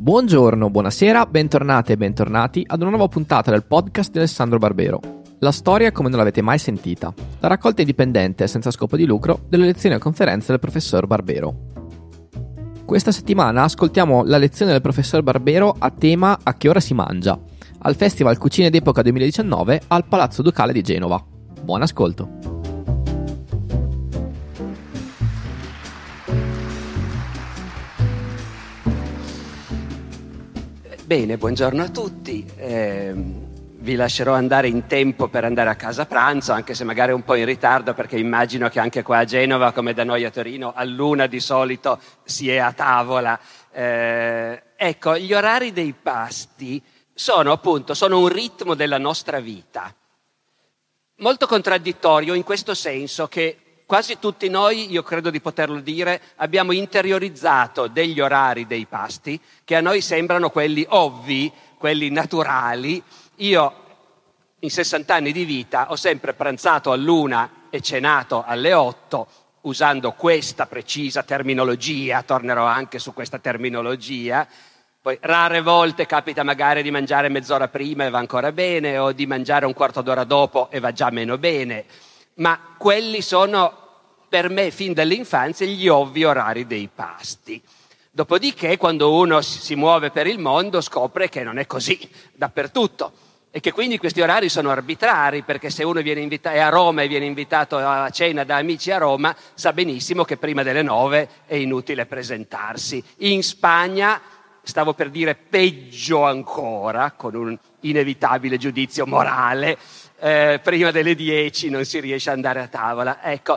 Buongiorno, buonasera, bentornate e bentornati ad una nuova puntata del podcast di Alessandro Barbero. La storia come non l'avete mai sentita. La raccolta indipendente e senza scopo di lucro delle lezioni e conferenze del professor Barbero. Questa settimana ascoltiamo la lezione del professor Barbero a tema A che ora si mangia, al Festival Cucine d'Epoca 2019 al Palazzo Ducale di Genova. Buon ascolto! Bene, buongiorno a tutti. Vi lascerò andare in tempo per andare a casa a pranzo, anche se magari un po' in ritardo, perché immagino che anche qua a Genova, come da noi a Torino, all'una di solito si è a tavola. Ecco, gli orari dei pasti sono un ritmo della nostra vita, molto contraddittorio in questo senso che quasi tutti noi, io credo di poterlo dire, abbiamo interiorizzato degli orari dei pasti che a noi sembrano quelli ovvi, quelli naturali. Io in 60 anni di vita ho sempre pranzato all'1 e cenato alle 8, usando questa precisa terminologia, tornerò anche su questa terminologia. Poi rare volte capita magari di mangiare mezz'ora prima e va ancora bene, o di mangiare un quarto d'ora dopo e va già meno bene, ma quelli sono per me fin dall'infanzia gli ovvi orari dei pasti. Dopodiché quando uno si muove per il mondo scopre che non è così dappertutto e che quindi questi orari sono arbitrari, perché se uno è a Roma e viene invitato a cena da amici a Roma, sa benissimo che prima delle 9 è inutile presentarsi. In Spagna, stavo per dire peggio ancora, con un inevitabile giudizio morale, prima delle 10 non si riesce ad andare a tavola. Ecco,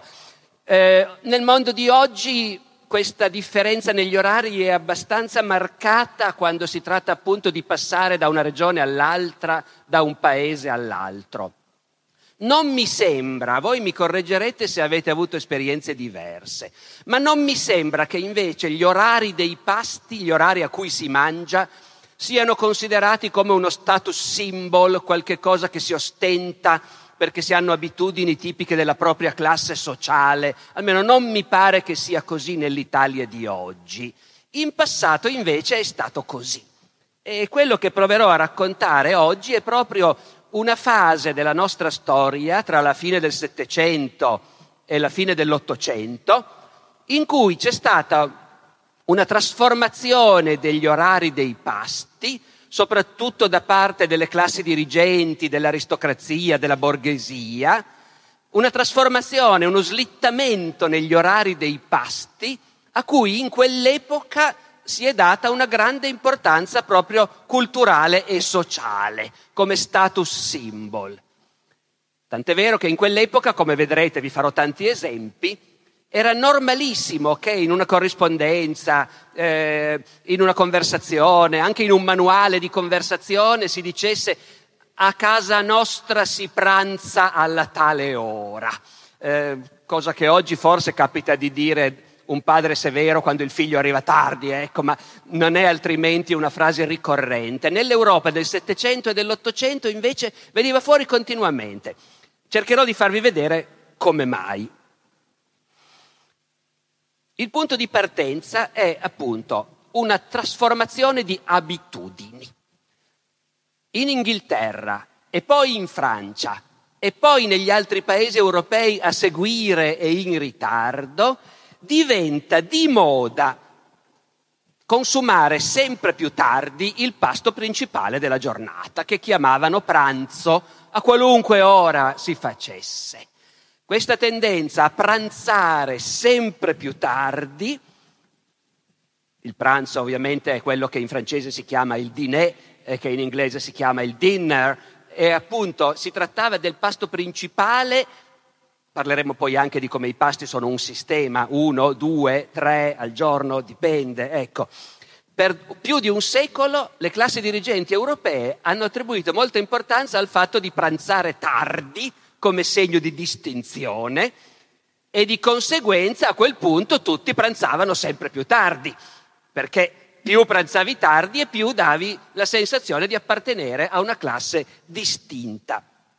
nel mondo di oggi questa differenza negli orari è abbastanza marcata quando si tratta appunto di passare da una regione all'altra, da un paese all'altro. Non mi sembra, voi mi correggerete se avete avuto esperienze diverse, ma non mi sembra che invece gli orari dei pasti, gli orari a cui si mangia, siano considerati come uno status symbol, qualche cosa che si ostenta perché si hanno abitudini tipiche della propria classe sociale. Almeno non mi pare che sia così nell'Italia di oggi. In passato invece è stato così. E quello che proverò a raccontare oggi è proprio una fase della nostra storia tra la fine del Settecento e la fine dell'Ottocento, in cui c'è stata una trasformazione degli orari dei pasti, soprattutto da parte delle classi dirigenti, dell'aristocrazia, della borghesia, una trasformazione, uno slittamento negli orari dei pasti a cui in quell'epoca si è data una grande importanza proprio culturale e sociale, come status symbol. Tant'è vero che in quell'epoca, come vedrete, vi farò tanti esempi, era normalissimo che in una corrispondenza, in una conversazione, anche in un manuale di conversazione si dicesse a casa nostra si pranza alla tale ora, cosa che oggi forse capita di dire un padre severo quando il figlio arriva tardi, ecco, ma non è altrimenti una frase ricorrente. Nell'Europa del Settecento e dell'Ottocento invece veniva fuori continuamente. Cercherò di farvi vedere come mai. Il punto di partenza è appunto una trasformazione di abitudini. In Inghilterra e poi in Francia e poi negli altri paesi europei a seguire e in ritardo diventa di moda consumare sempre più tardi il pasto principale della giornata, che chiamavano pranzo, a qualunque ora si facesse. Questa tendenza a pranzare sempre più tardi, il pranzo ovviamente è quello che in francese si chiama il dîner e che in inglese si chiama il dinner, e appunto si trattava del pasto principale. Parleremo poi anche di come i pasti sono un sistema, 1, 2, 3 al giorno, dipende, ecco. Per più di un secolo le classi dirigenti europee hanno attribuito molta importanza al fatto di pranzare tardi come segno di distinzione, e di conseguenza a quel punto tutti pranzavano sempre più tardi, perché più pranzavi tardi e più davi la sensazione di appartenere a una classe distinta.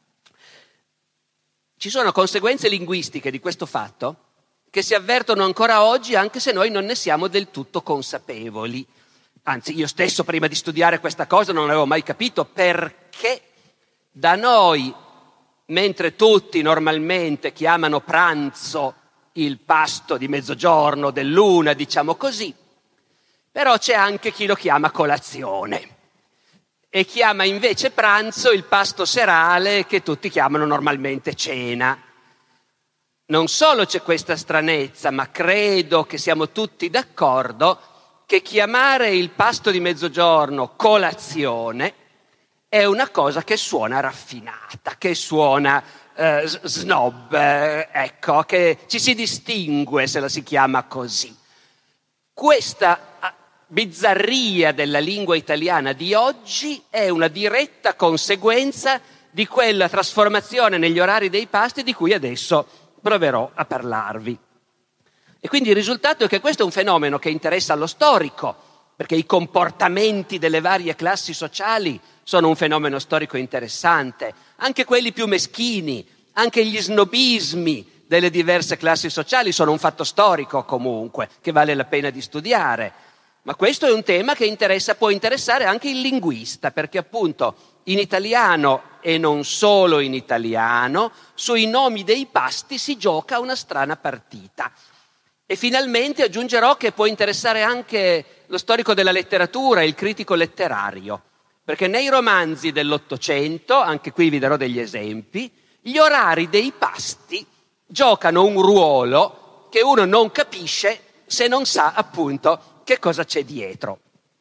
Ci sono conseguenze linguistiche di questo fatto che si avvertono ancora oggi, anche se noi non ne siamo del tutto consapevoli. Anzi, io stesso prima di studiare questa cosa non avevo mai capito perché da noi, mentre tutti normalmente chiamano pranzo il pasto di mezzogiorno, dell'una, diciamo così, però c'è anche chi lo chiama colazione e chiama invece pranzo il pasto serale che tutti chiamano normalmente cena. Non solo c'è questa stranezza, ma credo che siamo tutti d'accordo che chiamare il pasto di mezzogiorno colazione è una cosa che suona raffinata, che suona snob, ecco, che ci si distingue se la si chiama così. Questa bizzarria della lingua italiana di oggi è una diretta conseguenza di quella trasformazione negli orari dei pasti di cui adesso proverò a parlarvi. E quindi il risultato è che questo è un fenomeno che interessa lo storico, perché i comportamenti delle varie classi sociali sono un fenomeno storico interessante, anche quelli più meschini, anche gli snobismi delle diverse classi sociali sono un fatto storico comunque, che vale la pena di studiare. Ma questo è un tema che può interessare anche il linguista, perché appunto in italiano e non solo in italiano, sui nomi dei pasti si gioca una strana partita. E finalmente aggiungerò che può interessare anche lo storico della letteratura, il critico letterario, perché nei romanzi dell'Ottocento, anche qui vi darò degli esempi, gli orari dei pasti giocano un ruolo che uno non capisce se non sa appunto che cosa c'è dietro.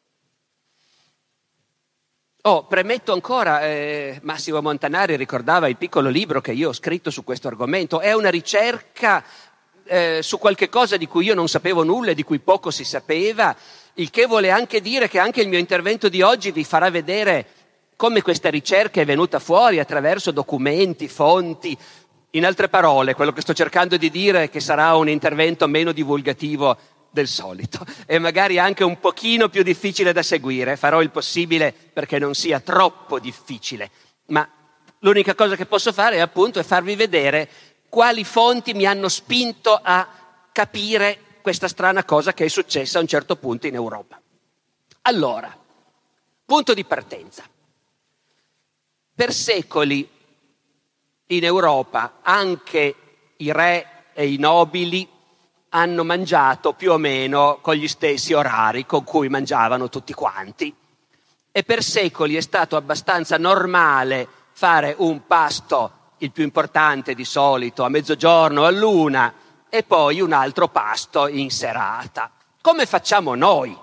Premetto ancora, Massimo Montanari ricordava il piccolo libro che io ho scritto su questo argomento, è una ricerca su qualche cosa di cui io non sapevo nulla e di cui poco si sapeva, il che vuole anche dire che anche il mio intervento di oggi vi farà vedere come questa ricerca è venuta fuori attraverso documenti, fonti. In altre parole, quello che sto cercando di dire è che sarà un intervento meno divulgativo del solito e magari anche un pochino più difficile da seguire. Farò il possibile perché non sia troppo difficile, ma l'unica cosa che posso fare appunto è farvi vedere quali fonti mi hanno spinto a capire questa strana cosa che è successa a un certo punto in Europa. Allora, punto di partenza. Per secoli in Europa anche i re e i nobili hanno mangiato più o meno con gli stessi orari con cui mangiavano tutti quanti. E per secoli è stato abbastanza normale fare un pasto, il più importante di solito, a mezzogiorno o all'una, e poi un altro pasto in serata. Come facciamo noi?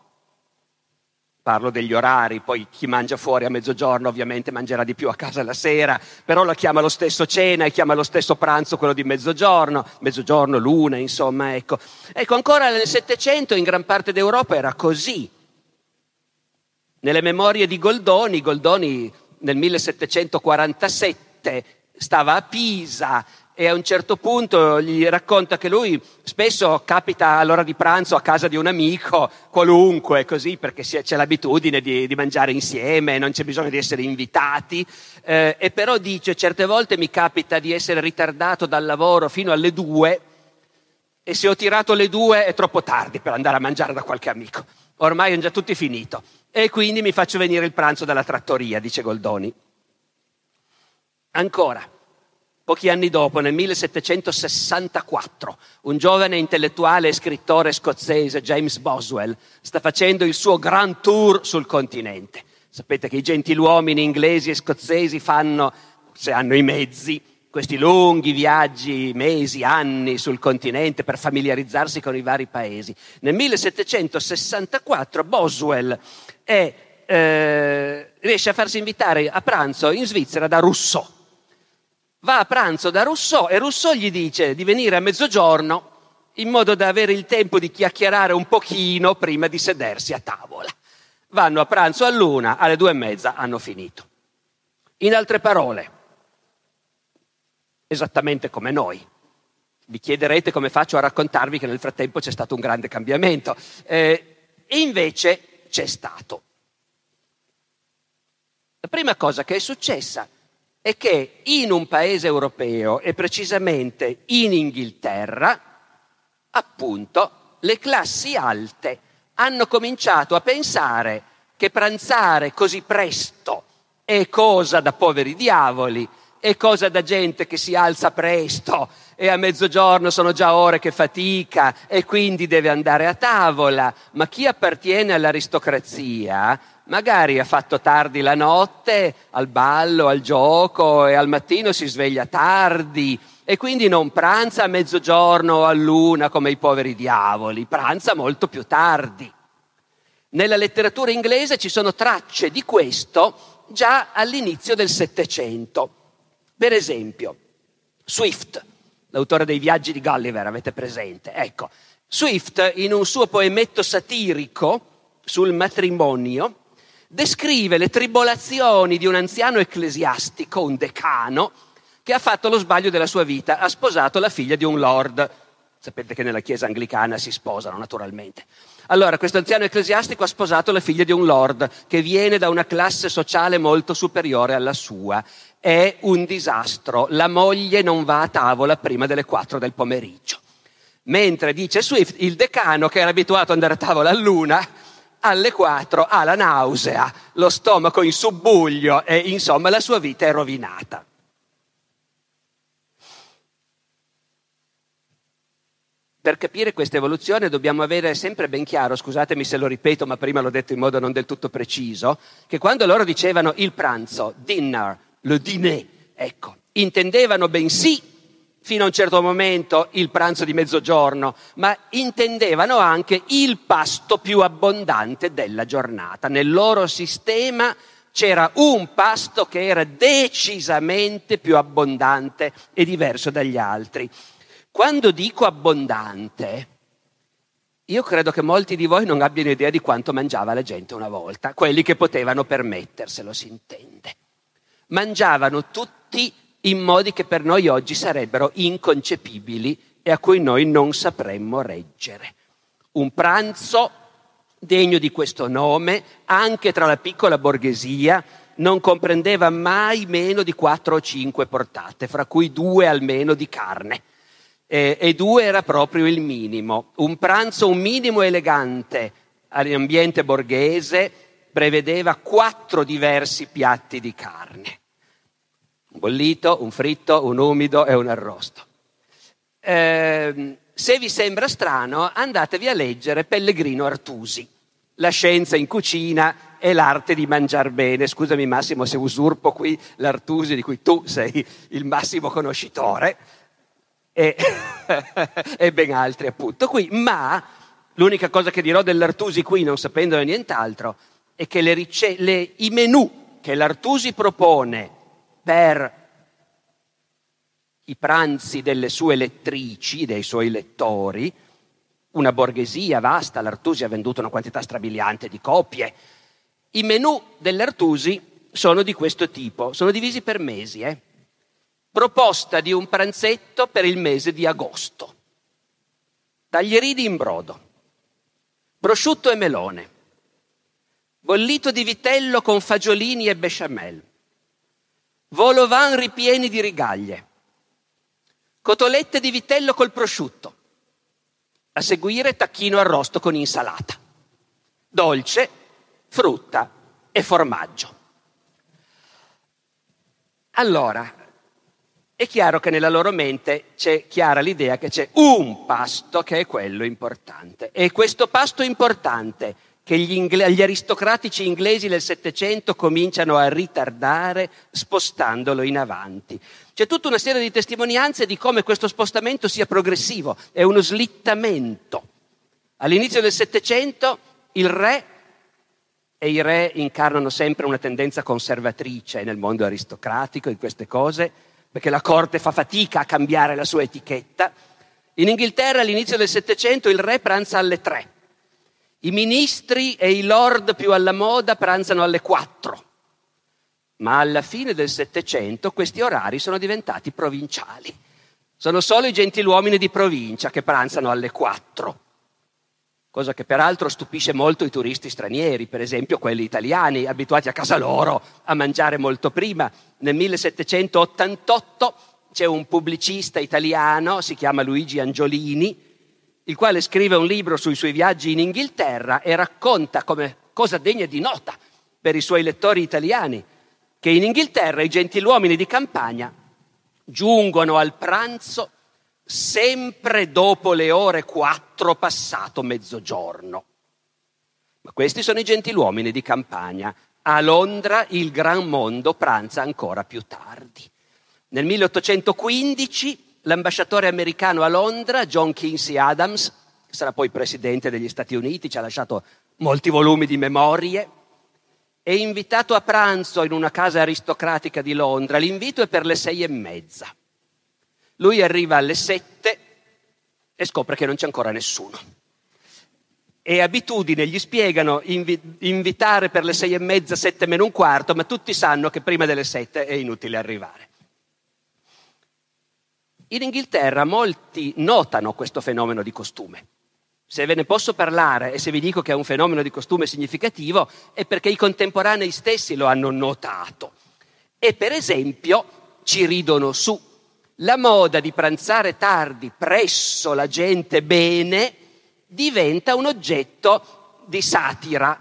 Parlo degli orari, poi chi mangia fuori a mezzogiorno ovviamente mangerà di più a casa la sera, però la chiama lo stesso cena e chiama lo stesso pranzo quello di mezzogiorno, l'una, insomma, ecco. Ecco, ancora nel Settecento in gran parte d'Europa era così. Nelle memorie di Goldoni nel 1747 stava a Pisa e a un certo punto gli racconta che lui spesso capita all'ora di pranzo a casa di un amico, qualunque, così, perché c'è l'abitudine di mangiare insieme, non c'è bisogno di essere invitati, e però dice, certe volte mi capita di essere ritardato dal lavoro fino alle 2 e se ho tirato le 2 è troppo tardi per andare a mangiare da qualche amico. Ormai hanno già tutti finito e quindi mi faccio venire il pranzo dalla trattoria, dice Goldoni. Ancora, pochi anni dopo, nel 1764, un giovane intellettuale e scrittore scozzese, James Boswell, sta facendo il suo grand tour sul continente. Sapete che i gentiluomini inglesi e scozzesi fanno, se hanno i mezzi, questi lunghi viaggi, mesi, anni sul continente per familiarizzarsi con i vari paesi. Nel 1764 Boswell riesce a farsi invitare a pranzo in Svizzera da Rousseau. Va a pranzo da Rousseau e Rousseau gli dice di venire a mezzogiorno in modo da avere il tempo di chiacchierare un pochino prima di sedersi a tavola. Vanno a pranzo all'una, alle 2:30 hanno finito. In altre parole, esattamente come noi. Vi chiederete come faccio a raccontarvi che nel frattempo c'è stato un grande cambiamento. E invece c'è stato. La prima cosa che è successa è che in un paese europeo, e precisamente in Inghilterra, appunto, le classi alte hanno cominciato a pensare che pranzare così presto è cosa da poveri diavoli, è cosa da gente che si alza presto e a mezzogiorno sono già ore che fatica e quindi deve andare a tavola. Ma chi appartiene all'aristocrazia magari ha fatto tardi la notte al ballo, al gioco, e al mattino si sveglia tardi e quindi non pranza a mezzogiorno o all'una come i poveri diavoli, pranza molto più tardi. Nella letteratura inglese ci sono tracce di questo già all'inizio del Settecento. Per esempio, Swift, l'autore dei Viaggi di Gulliver, avete presente? Ecco, Swift, in un suo poemetto satirico sul matrimonio, descrive le tribolazioni di un anziano ecclesiastico, un decano, che ha fatto lo sbaglio della sua vita, ha sposato la figlia di un lord. Sapete che nella chiesa anglicana si sposano, naturalmente. Allora, questo anziano ecclesiastico ha sposato la figlia di un lord che viene da una classe sociale molto superiore alla sua. È un disastro. La moglie non va a tavola prima delle 4 del pomeriggio. Mentre, dice Swift, il decano, che era abituato ad andare a tavola all'1, alle 4 ha la nausea, lo stomaco in subbuglio e, insomma, la sua vita è rovinata. Per capire questa evoluzione dobbiamo avere sempre ben chiaro, scusatemi se lo ripeto, ma prima l'ho detto in modo non del tutto preciso, che quando loro dicevano il pranzo, dinner, le dîner, ecco, intendevano bensì fino a un certo momento il pranzo di mezzogiorno, ma intendevano anche il pasto più abbondante della giornata. Nel loro sistema c'era un pasto che era decisamente più abbondante e diverso dagli altri. Quando dico abbondante, io credo che molti di voi non abbiano idea di quanto mangiava la gente una volta, quelli che potevano permetterselo, si intende. Mangiavano tutti in modi che per noi oggi sarebbero inconcepibili e a cui noi non sapremmo reggere. Un pranzo degno di questo nome, anche tra la piccola borghesia, non comprendeva mai meno di 4 o 5 portate, fra cui 2 almeno di carne. E 2 era proprio il minimo. Un pranzo, un minimo elegante all'ambiente borghese prevedeva 4 diversi piatti di carne. Un bollito, un fritto, un umido e un arrosto. Se vi sembra strano, andatevi a leggere Pellegrino Artusi, La scienza in cucina e l'arte di mangiar bene. Scusami Massimo se usurpo qui l'Artusi di cui tu sei il massimo conoscitore. E ben altri appunto qui, ma l'unica cosa che dirò dell'Artusi qui, non sapendone nient'altro, è che i menù che l'Artusi propone per i pranzi delle sue lettrici, dei suoi lettori, una borghesia vasta, l'Artusi ha venduto una quantità strabiliante di copie, i menù dell'Artusi sono di questo tipo, sono divisi per mesi, Proposta di un pranzetto per il mese di agosto. Taglierini in brodo, prosciutto e melone, bollito di vitello con fagiolini e besciamella, vol au vent ripieni di rigaglie, cotolette di vitello col prosciutto, a seguire tacchino arrosto con insalata, dolce, frutta e formaggio. Allora, è chiaro che nella loro mente c'è chiara l'idea che c'è un pasto che è quello importante. E questo pasto importante che gli aristocratici inglesi del Settecento cominciano a ritardare spostandolo in avanti. C'è tutta una serie di testimonianze di come questo spostamento sia progressivo, è uno slittamento. All'inizio del Settecento il re, e i re incarnano sempre una tendenza conservatrice nel mondo aristocratico in queste cose, perché la corte fa fatica a cambiare la sua etichetta. In Inghilterra all'inizio del Settecento il re pranza alle 3. I ministri e i lord più alla moda pranzano alle 4. Ma alla fine del Settecento questi orari sono diventati provinciali. Sono solo i gentiluomini di provincia che pranzano alle 4. Cosa che peraltro stupisce molto i turisti stranieri, per esempio quelli italiani, abituati a casa loro a mangiare molto prima. Nel 1788 c'è un pubblicista italiano, si chiama Luigi Angiolini, il quale scrive un libro sui suoi viaggi in Inghilterra e racconta come cosa degna di nota per i suoi lettori italiani che in Inghilterra i gentiluomini di campagna giungono al pranzo sempre dopo le ore 4 passato mezzogiorno. Ma questi sono i gentiluomini di campagna. A Londra il gran mondo pranza ancora più tardi. Nel 1815 l'ambasciatore americano a Londra, John Quincy Adams, che sarà poi presidente degli Stati Uniti, ci ha lasciato molti volumi di memorie, è invitato a pranzo in una casa aristocratica di Londra. L'invito è per le 6:30. Lui arriva alle 7 e scopre che non c'è ancora nessuno. È abitudine, gli spiegano invitare per le 6:30, 7 meno un quarto, ma tutti sanno che prima delle 7 è inutile arrivare. In Inghilterra molti notano questo fenomeno di costume. Se ve ne posso parlare e se vi dico che è un fenomeno di costume significativo è perché i contemporanei stessi lo hanno notato. E per esempio ci ridono su. La moda di pranzare tardi presso la gente bene diventa un oggetto di satira.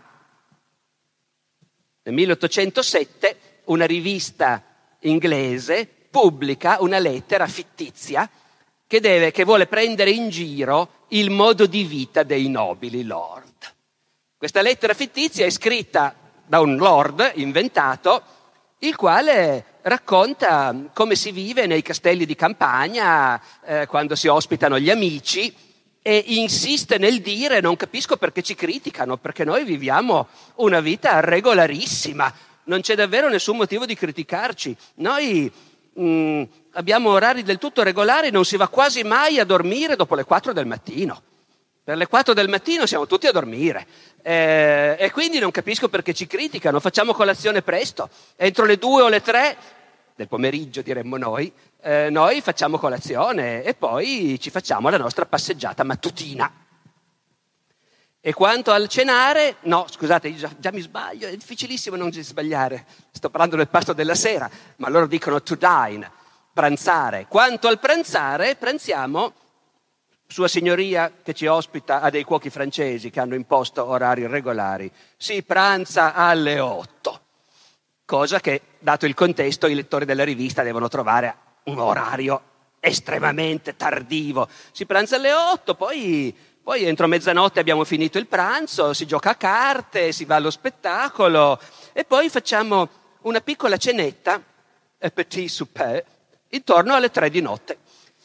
Nel 1807 una rivista inglese pubblica una lettera fittizia che vuole prendere in giro il modo di vita dei nobili lord. Questa lettera fittizia è scritta da un lord inventato, il quale racconta come si vive nei castelli di campagna quando si ospitano gli amici, e insiste nel dire: non capisco perché ci criticano, perché noi viviamo una vita regolarissima, non c'è davvero nessun motivo di criticarci. Noi abbiamo orari del tutto regolari, non si va quasi mai a dormire dopo le 4 del mattino. Per le 4 del mattino siamo tutti a dormire e quindi non capisco perché ci criticano. Facciamo colazione presto, entro le 2 o le 3 del pomeriggio diremmo noi facciamo colazione e poi ci facciamo la nostra passeggiata mattutina. E quanto al cenare, no, scusate, già mi sbaglio, è difficilissimo non sbagliare, sto parlando del pasto della sera, ma loro dicono to dine, pranzare. Quanto al pranzare, pranziamo, Sua Signoria che ci ospita ha dei cuochi francesi che hanno imposto orari regolari, si pranza alle 8, cosa che, dato il contesto, i lettori della rivista devono trovare un orario estremamente tardivo. Si pranza alle 8, poi entro mezzanotte abbiamo finito il pranzo, si gioca a carte, si va allo spettacolo e poi facciamo una piccola cenetta, un petit souper, intorno alle 3 di notte.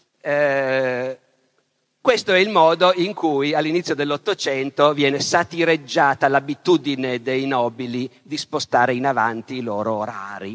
Questo è il modo in cui all'inizio dell'Ottocento viene satireggiata l'abitudine dei nobili di spostare in avanti i loro orari.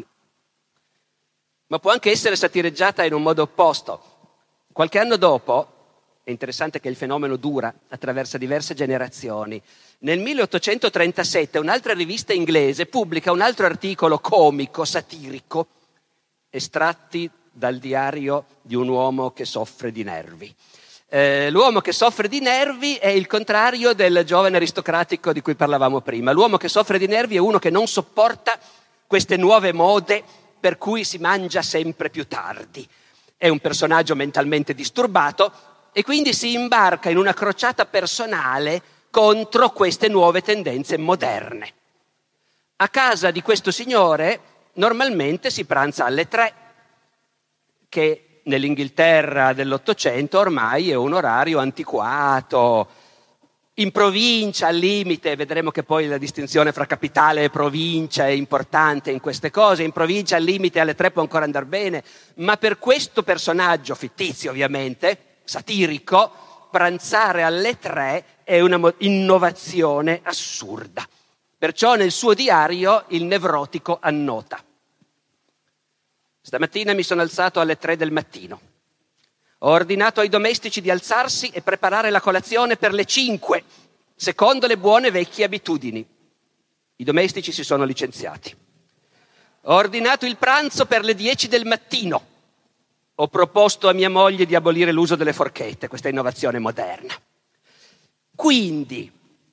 Ma può anche essere satireggiata in un modo opposto. Qualche anno dopo, è interessante che il fenomeno dura, attraversa diverse generazioni, nel 1837 un'altra rivista inglese pubblica un altro articolo comico, satirico, estratti dal diario di un uomo che soffre di nervi. L'uomo che soffre di nervi è il contrario del giovane aristocratico di cui parlavamo prima. L'uomo che soffre di nervi è uno che non sopporta queste nuove mode per cui si mangia sempre più tardi. È un personaggio mentalmente disturbato e quindi si imbarca in una crociata personale contro queste nuove tendenze moderne. A casa di questo signore normalmente si pranza alle 3, che nell'Inghilterra dell'Ottocento ormai è un orario antiquato. In provincia, al limite, vedremo che poi la distinzione fra capitale e provincia è importante in queste cose. In provincia, al limite, alle 3 può ancora andare bene, ma per questo personaggio, fittizio ovviamente, satirico, pranzare alle 3 è una innovazione assurda. Perciò nel suo diario il nevrotico annota: stamattina mi sono alzato alle 3 del mattino. Ho ordinato ai domestici di alzarsi e preparare la colazione per le 5, secondo le buone vecchie abitudini. I domestici si sono licenziati. Ho ordinato il pranzo per le 10 del mattino. Ho proposto a mia moglie di abolire l'uso delle forchette, questa innovazione moderna. Quindi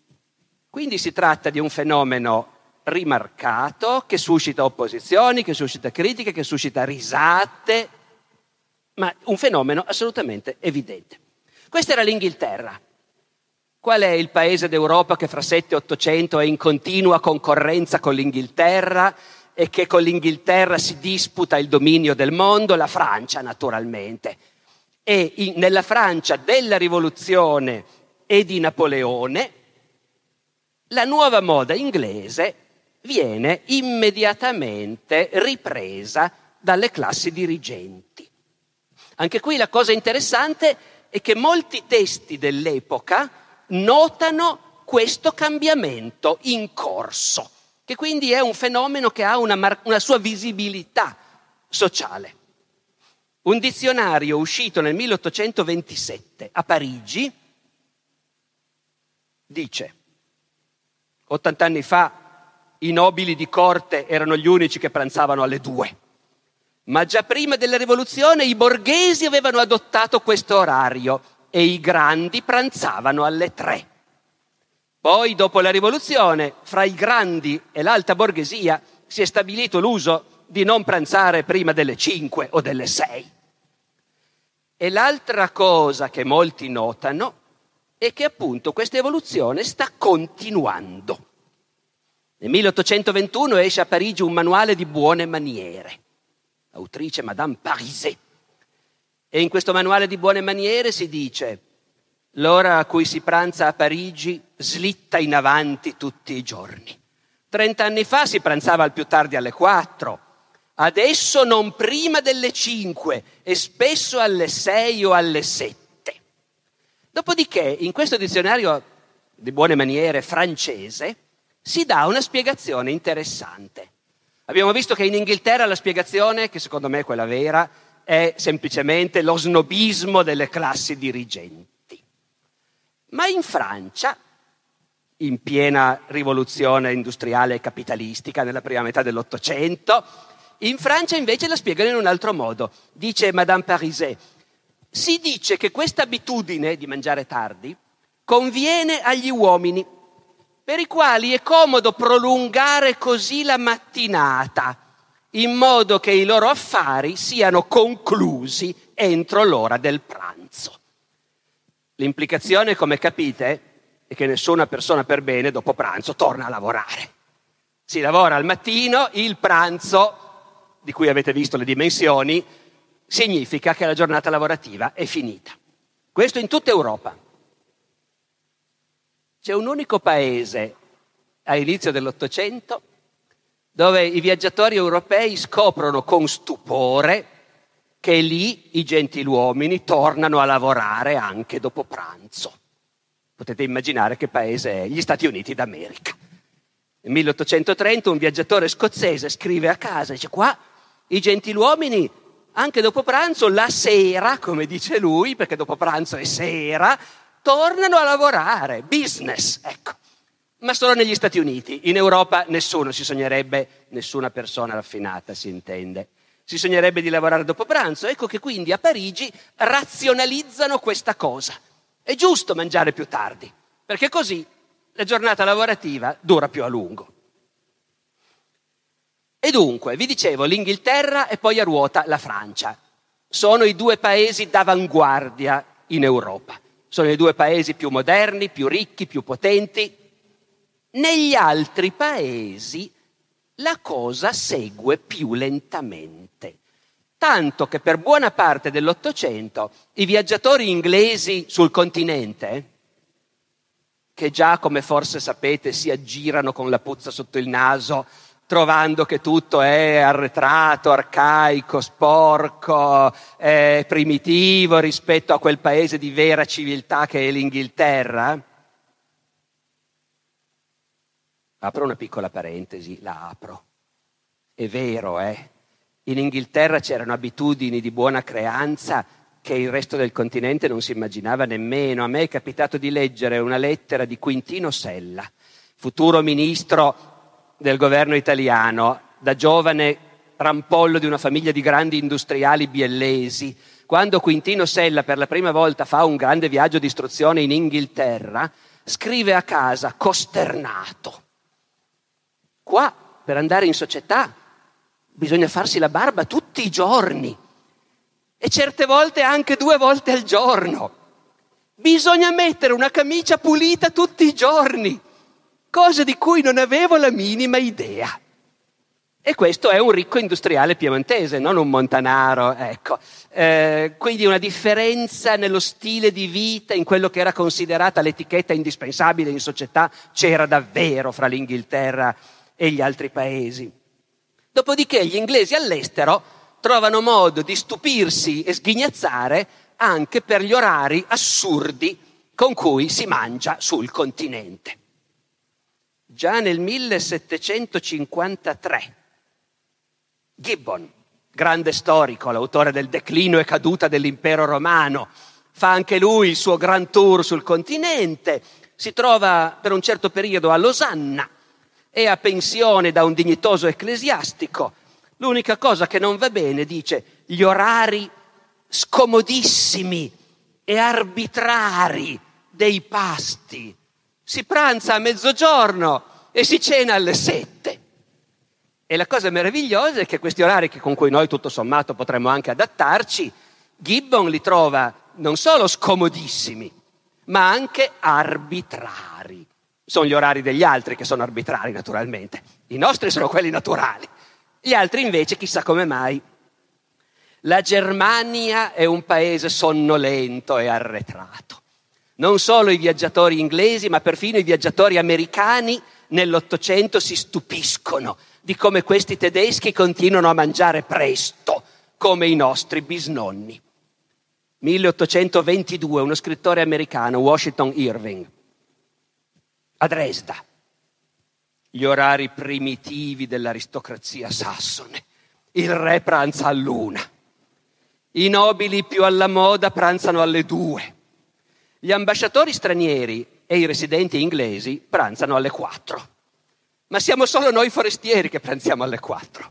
si tratta di un fenomeno rimarcato che suscita opposizioni, che suscita critiche, che suscita risate, ma un fenomeno assolutamente evidente. Questa era l'Inghilterra. Qual è il paese d'Europa che fra 7 e 800 è in continua concorrenza con l'Inghilterra e che con l'Inghilterra si disputa il dominio del mondo? La Francia, naturalmente. E nella Francia della Rivoluzione e di Napoleone, la nuova moda inglese viene immediatamente ripresa dalle classi dirigenti. Anche qui la cosa interessante è che molti testi dell'epoca notano questo cambiamento in corso, che quindi è un fenomeno che ha una sua visibilità sociale. Un dizionario uscito nel 1827 a Parigi dice: 80 anni fa i nobili di corte erano gli unici che pranzavano alle 2, ma già prima della rivoluzione i borghesi avevano adottato questo orario e i grandi pranzavano alle 3. Poi, dopo la rivoluzione, fra i grandi e l'alta borghesia si è stabilito l'uso di non pranzare prima delle 5 o delle 6. E l'altra cosa che molti notano è che appunto questa evoluzione sta continuando. Nel 1821 esce a Parigi un manuale di buone maniere, autrice Madame Pariset. E in questo manuale di buone maniere si dice: l'ora a cui si pranza a Parigi slitta in avanti tutti i giorni. 30 anni fa si pranzava al più tardi alle 4, adesso non prima delle 5 e spesso alle 6 o alle 7. Dopodiché, in questo dizionario di buone maniere francese, si dà una spiegazione interessante. Abbiamo visto che in Inghilterra la spiegazione, che secondo me è quella vera, è semplicemente lo snobismo delle classi dirigenti. Ma in Francia, in piena rivoluzione industriale e capitalistica nella prima metà dell'Ottocento, in Francia invece la spiegano in un altro modo. Dice Madame Pariset: si dice che questa abitudine di mangiare tardi conviene agli uomini, per i quali è comodo prolungare così la mattinata, in modo che i loro affari siano conclusi entro l'ora del pranzo. L'implicazione, come capite, è che nessuna persona per bene dopo pranzo torna a lavorare. Si lavora al mattino, il pranzo, di cui avete visto le dimensioni, significa che la giornata lavorativa è finita. Questo in tutta Europa. C'è un unico paese all'inizio dell'Ottocento dove i viaggiatori europei scoprono con stupore che lì i gentiluomini tornano a lavorare anche dopo pranzo. Potete immaginare che paese è? Gli Stati Uniti d'America. Nel 1830 un viaggiatore scozzese scrive a casa, dice: qua i gentiluomini anche dopo pranzo, la sera, come dice lui, perché dopo pranzo è sera, tornano a lavorare, business, ecco. Ma solo negli Stati Uniti. In Europa nessuno si sognerebbe, nessuna persona raffinata si intende, si sognerebbe di lavorare dopo pranzo. Ecco che quindi a Parigi razionalizzano questa cosa. È giusto mangiare più tardi, perché così la giornata lavorativa dura più a lungo. E dunque, vi dicevo, l'Inghilterra e poi a ruota la Francia. Sono i due paesi d'avanguardia in Europa. Sono i due paesi più moderni, più ricchi, più potenti. Negli altri paesi la cosa segue più lentamente. Tanto che per buona parte dell'Ottocento i viaggiatori inglesi sul continente, che già, come forse sapete, si aggirano con la puzza sotto il naso, trovando che tutto è arretrato, arcaico, sporco, primitivo rispetto a quel paese di vera civiltà che è l'Inghilterra. Apro una piccola parentesi, la apro. È vero, in Inghilterra c'erano abitudini di buona creanza che il resto del continente non si immaginava nemmeno. A me è capitato di leggere una lettera di Quintino Sella, futuro ministro del governo italiano, da giovane rampollo di una famiglia di grandi industriali biellesi. Quando Quintino Sella per la prima volta fa un grande viaggio di istruzione in Inghilterra, scrive a casa costernato: qua per andare in società bisogna farsi la barba tutti i giorni e certe volte anche 2 volte al giorno. Bisogna mettere una camicia pulita tutti i giorni, cosa di cui non avevo la minima idea. E questo è un ricco industriale piemontese, non un montanaro, ecco. Quindi una differenza nello stile di vita, in quello che era considerata l'etichetta indispensabile in società, c'era davvero fra l'Inghilterra e gli altri paesi. Dopodiché gli inglesi all'estero trovano modo di stupirsi e sghignazzare anche per gli orari assurdi con cui si mangia sul continente. Già nel 1753 Gibbon, grande storico, l'autore del Declino e caduta dell'impero romano, fa anche lui il suo grand tour sul continente, si trova per un certo periodo a Losanna, è a pensione da un dignitoso ecclesiastico. L'unica cosa che non va bene, dice, gli orari scomodissimi e arbitrari dei pasti. Si pranza a mezzogiorno e si cena alle 7. E la cosa meravigliosa è che questi orari, con cui noi tutto sommato potremmo anche adattarci, Gibbon li trova non solo scomodissimi, ma anche arbitrari. Sono gli orari degli altri che sono arbitrari, naturalmente. I nostri sono quelli naturali. Gli altri invece, chissà come mai. La Germania è un paese sonnolento e arretrato. Non solo i viaggiatori inglesi, ma perfino i viaggiatori americani nell'Ottocento si stupiscono di come questi tedeschi continuano a mangiare presto, come i nostri bisnonni. 1822, uno scrittore americano, Washington Irving, a Dresda. Gli orari primitivi dell'aristocrazia sassone. Il re pranza all'1. I nobili più alla moda pranzano alle 2. Gli ambasciatori stranieri e i residenti inglesi pranzano alle 4. Ma siamo solo noi forestieri che pranziamo alle 4.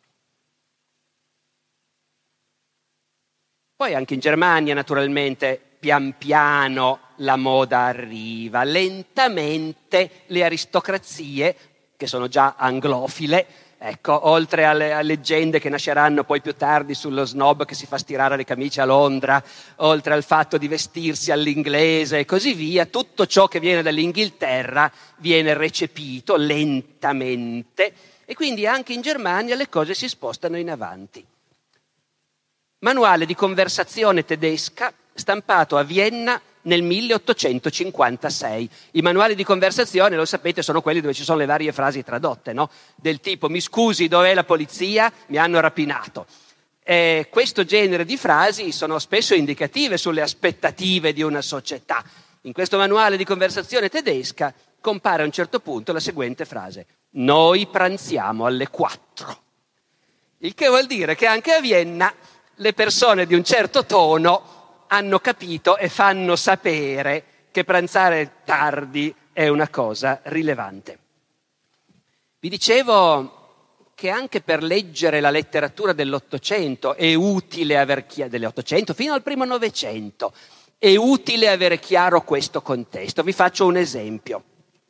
Poi anche in Germania, naturalmente, pian piano la moda arriva. Lentamente le aristocrazie, che sono già anglofile, ecco, oltre alle leggende che nasceranno poi più tardi sullo snob che si fa stirare le camicie a Londra, oltre al fatto di vestirsi all'inglese e così via, tutto ciò che viene dall'Inghilterra viene recepito lentamente e quindi anche in Germania le cose si spostano in avanti. Manuale di conversazione tedesca stampato a Vienna nel 1856. I manuali di conversazione, lo sapete, sono quelli dove ci sono le varie frasi tradotte, no? Del tipo: mi scusi, dov'è la polizia? Mi hanno rapinato. Questo genere di frasi sono spesso indicative sulle aspettative di una società. In questo manuale di conversazione tedesca compare a un certo punto la seguente frase: noi pranziamo alle 4. Il che vuol dire che anche a Vienna le persone di un certo tono hanno capito e fanno sapere che pranzare tardi è una cosa rilevante. Vi dicevo che anche per leggere la letteratura dell'Ottocento è utile aver dell'Ottocento fino al primo Novecento è utile avere chiaro questo contesto. Vi faccio un esempio.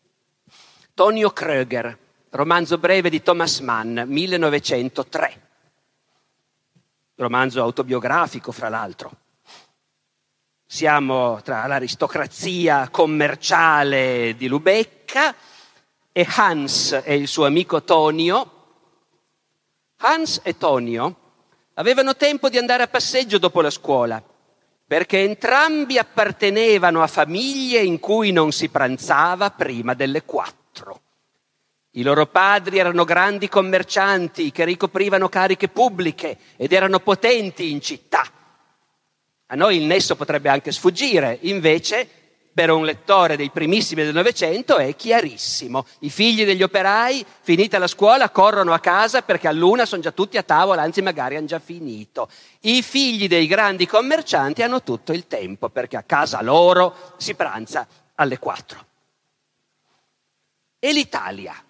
Tonio Kröger, romanzo breve di Thomas Mann, 1903. Romanzo autobiografico, fra l'altro. Siamo tra l'aristocrazia commerciale di Lubecca e Hans e il suo amico Tonio. Hans e Tonio avevano tempo di andare a passeggio dopo la scuola, perché entrambi appartenevano a famiglie in cui non si pranzava prima delle 4. I loro padri erano grandi commercianti che ricoprivano cariche pubbliche ed erano potenti in città. A noi il nesso potrebbe anche sfuggire, invece per un lettore dei primissimi del Novecento è chiarissimo. I figli degli operai, finita la scuola, corrono a casa perché all'1 sono già tutti a tavola, anzi magari hanno già finito. I figli dei grandi commercianti hanno tutto il tempo perché a casa loro si pranza alle 4. E l'Italia?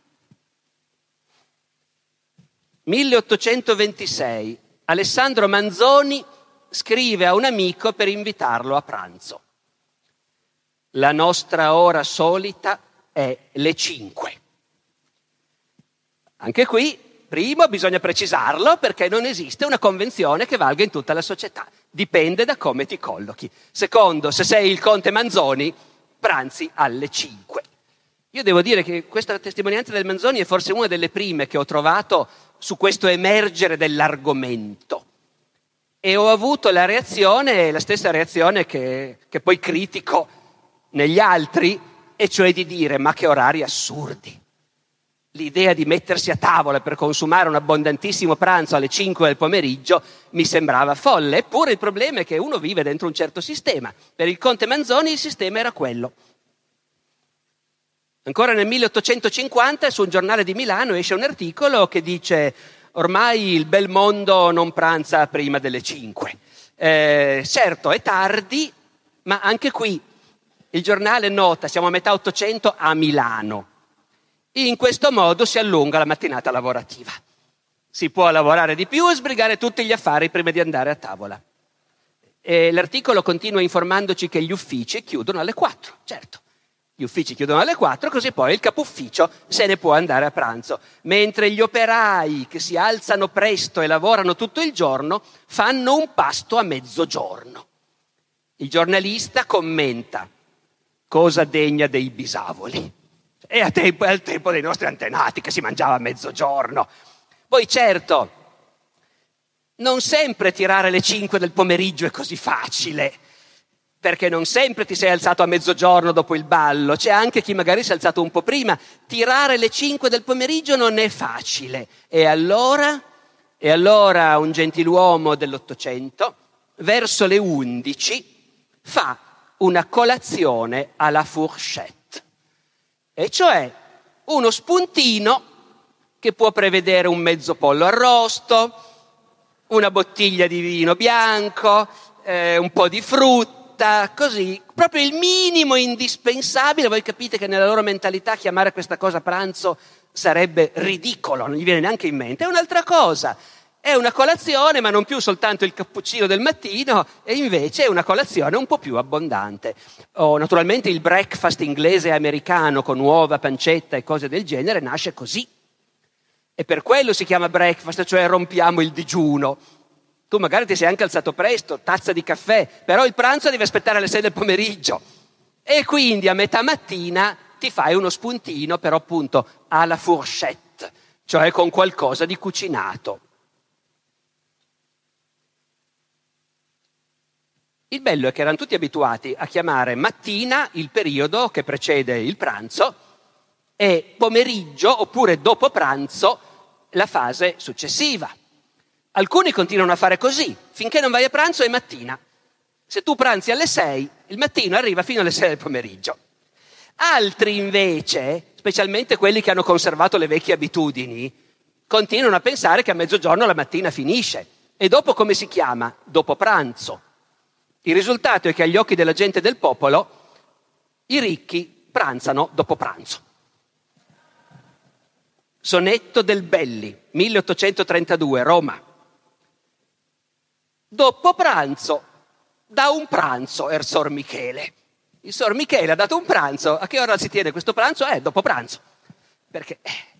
1826, Alessandro Manzoni scrive a un amico per invitarlo a pranzo. La nostra ora solita è le 5. Anche qui Primo, bisogna precisarlo perché non esiste una convenzione che valga in tutta la società. Dipende da come ti collochi. Secondo, se sei il conte Manzoni, pranzi alle 5. Io devo dire che questa testimonianza del Manzoni è forse una delle prime che ho trovato su questo emergere dell'argomento. E ho avuto la stessa reazione che poi critico negli altri, e cioè di dire: ma che orari assurdi. L'idea di mettersi a tavola per consumare un abbondantissimo pranzo alle 5 del pomeriggio mi sembrava folle. Eppure il problema è che uno vive dentro un certo sistema. Per il conte Manzoni il sistema era quello. Ancora nel 1850 su un giornale di Milano esce un articolo che dice: ormai il bel mondo non pranza prima delle 5. Certo, è tardi, ma anche qui il giornale nota: siamo a metà Ottocento a Milano. In questo modo si allunga la mattinata lavorativa. Si può lavorare di più e sbrigare tutti gli affari prima di andare a tavola. E l'articolo continua informandoci che gli uffici chiudono alle 4, certo. Gli uffici chiudono alle 4, così poi il capufficio se ne può andare a pranzo. Mentre gli operai che si alzano presto e lavorano tutto il giorno fanno un pasto a mezzogiorno. Il giornalista commenta: cosa degna dei bisavoli. E al tempo dei nostri antenati che si mangiava a mezzogiorno. Poi certo, non sempre tirare le 5 del pomeriggio è così facile, perché non sempre ti sei alzato a mezzogiorno dopo il ballo, c'è anche chi magari si è alzato un po' prima. Tirare le 5 del pomeriggio non è facile. E allora un gentiluomo dell'Ottocento, verso le 11, fa una colazione alla fourchette. E cioè uno spuntino che può prevedere un mezzo pollo arrosto, una bottiglia di vino bianco, un po' di frutta, così, proprio il minimo indispensabile. Voi capite che nella loro mentalità chiamare questa cosa pranzo sarebbe ridicolo, non gli viene neanche in mente. È un'altra cosa, è una colazione, ma non più soltanto il cappuccino del mattino, e invece è una colazione un po' più abbondante. Naturalmente il breakfast inglese e americano con uova, pancetta e cose del genere nasce così. E per quello si chiama breakfast, cioè rompiamo il digiuno. Tu magari ti sei anche alzato presto, tazza di caffè, però il pranzo deve aspettare alle 6 del pomeriggio. E quindi a metà mattina ti fai uno spuntino, però appunto alla fourchette, cioè con qualcosa di cucinato. Il bello è che erano tutti abituati a chiamare mattina il periodo che precede il pranzo e pomeriggio oppure dopo pranzo la fase successiva. Alcuni continuano a fare così, finché non vai a pranzo è mattina. Se tu pranzi alle 6, il mattino arriva fino alle 6 del pomeriggio. Altri invece, specialmente quelli che hanno conservato le vecchie abitudini, continuano a pensare che a mezzogiorno la mattina finisce. E dopo come si chiama? Dopo pranzo. Il risultato è che agli occhi della gente del popolo i ricchi pranzano dopo pranzo. Sonetto del Belli, 1832, Roma. Dopo pranzo, da un pranzo, Sor Michele. Il Sor Michele ha dato un pranzo. A che ora si tiene questo pranzo? Dopo pranzo. Perché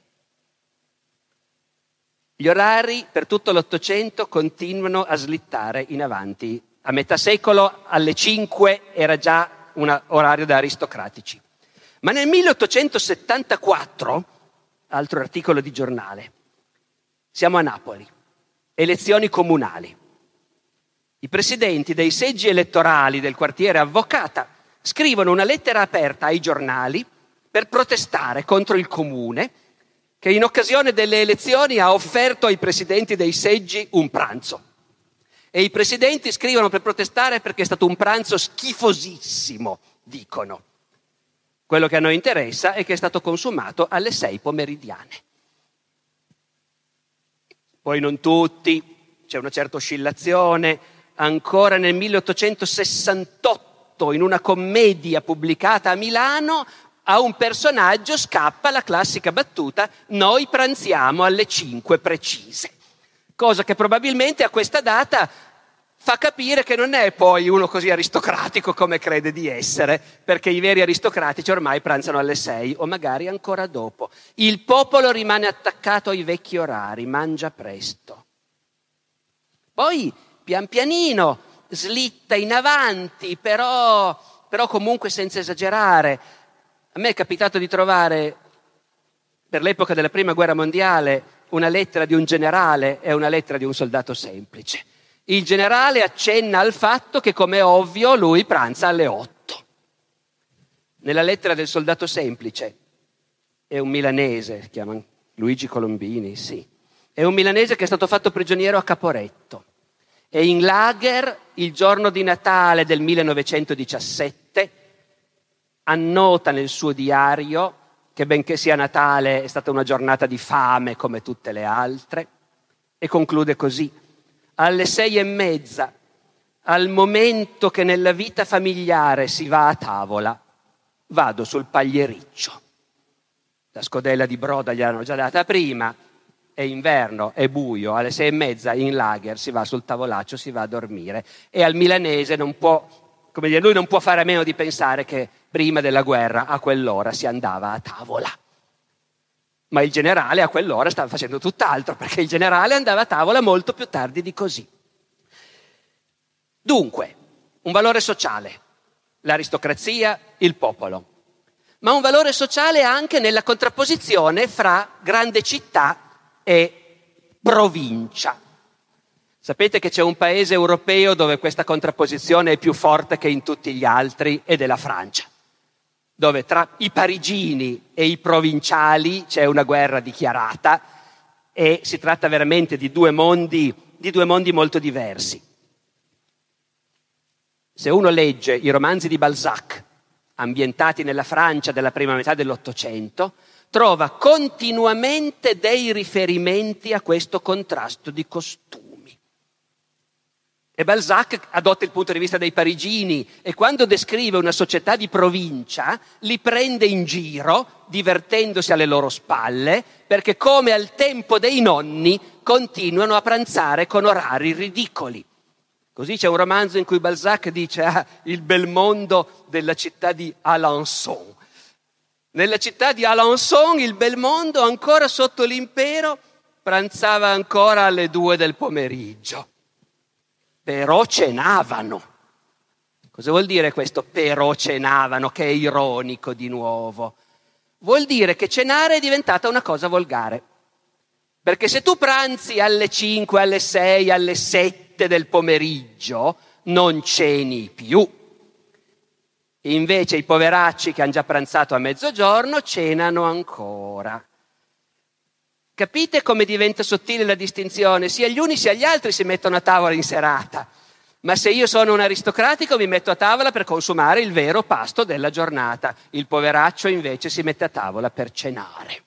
gli orari per tutto l'Ottocento continuano a slittare in avanti. A metà secolo alle 5 era già un orario da aristocratici. Ma nel 1874, altro articolo di giornale, siamo a Napoli, elezioni comunali. I presidenti dei seggi elettorali del quartiere Avvocata scrivono una lettera aperta ai giornali per protestare contro il comune che in occasione delle elezioni ha offerto ai presidenti dei seggi un pranzo. E i presidenti scrivono per protestare perché è stato un pranzo schifosissimo, dicono. Quello che a noi interessa è che è stato consumato alle 6 pomeridiane. Poi non tutti, c'è una certa oscillazione. Ancora nel 1868, in una commedia pubblicata a Milano, a un personaggio scappa la classica battuta: noi pranziamo alle 5 precise. Cosa che probabilmente a questa data fa capire che non è poi uno così aristocratico come crede di essere, perché i veri aristocratici ormai pranzano alle 6 o magari ancora dopo. Il popolo rimane attaccato ai vecchi orari, mangia presto. Poi pian pianino slitta in avanti, però comunque senza esagerare. A me è capitato di trovare, per l'epoca della Prima Guerra Mondiale, una lettera di un generale e una lettera di un soldato semplice. Il generale accenna al fatto che, come è ovvio, lui pranza alle 8. Nella lettera del soldato semplice, è un milanese, si chiama Luigi Colombini, sì. È un milanese che è stato fatto prigioniero a Caporetto. E in lager, il giorno di Natale del 1917, annota nel suo diario che, benché sia Natale, è stata una giornata di fame come tutte le altre, e conclude così: alle 6:30, al momento che nella vita familiare si va a tavola, vado sul pagliericcio. La scodella di broda gliel'hanno già data prima, è inverno, è buio, alle 6:30 in lager si va sul tavolaccio, si va a dormire. E al milanese non può, come dire, lui non può fare a meno di pensare che prima della guerra a quell'ora si andava a tavola. Ma il generale a quell'ora stava facendo tutt'altro, perché il generale andava a tavola molto più tardi di così. Dunque, un valore sociale, l'aristocrazia, il popolo, ma un valore sociale anche nella contrapposizione fra grande città e provincia. Sapete che c'è un paese europeo dove questa contrapposizione è più forte che in tutti gli altri, ed è la Francia, dove tra i parigini e i provinciali c'è una guerra dichiarata e si tratta veramente di due mondi molto diversi. Se uno legge i romanzi di Balzac, ambientati nella Francia della prima metà dell'Ottocento, trova continuamente dei riferimenti a questo contrasto di costumi. E Balzac adotta il punto di vista dei parigini e quando descrive una società di provincia li prende in giro, divertendosi alle loro spalle, perché come al tempo dei nonni continuano a pranzare con orari ridicoli. Così c'è un romanzo in cui Balzac dice il bel mondo della città di Alençon. Nella città di Alençon il bel mondo, ancora sotto l'impero, pranzava ancora alle 2 del pomeriggio. Però cenavano. Cosa vuol dire questo però cenavano, che è ironico di nuovo? Vuol dire che cenare è diventata una cosa volgare. Perché se tu pranzi alle 5, alle 6, alle 7 del pomeriggio, non ceni più. Invece i poveracci che hanno già pranzato a mezzogiorno cenano ancora. Capite come diventa sottile la distinzione? Sia gli uni sia gli altri si mettono a tavola in serata, ma se io sono un aristocratico mi metto a tavola per consumare il vero pasto della giornata. Il poveraccio invece si mette a tavola per cenare.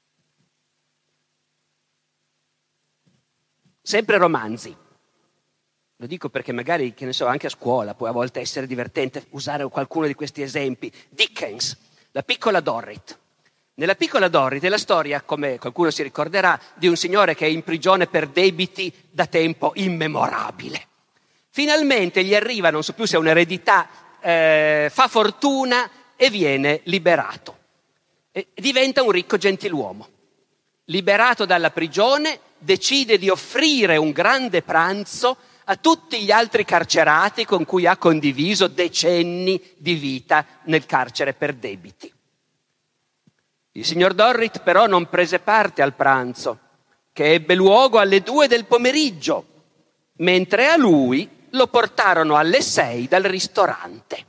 Sempre romanzi. Lo dico perché magari, che ne so, anche a scuola può a volte essere divertente usare qualcuno di questi esempi. Dickens, La piccola Dorrit. Nella piccola Dorrit è la storia, come qualcuno si ricorderà, di un signore che è in prigione per debiti da tempo immemorabile. Finalmente gli arriva, non so più se è un'eredità, fa fortuna e viene liberato. E diventa un ricco gentiluomo. Liberato dalla prigione, decide di offrire un grande pranzo a tutti gli altri carcerati con cui ha condiviso decenni di vita nel carcere per debiti. Il signor Dorrit però non prese parte al pranzo, che ebbe luogo alle 2 del pomeriggio, mentre a lui lo portarono alle 6 dal ristorante.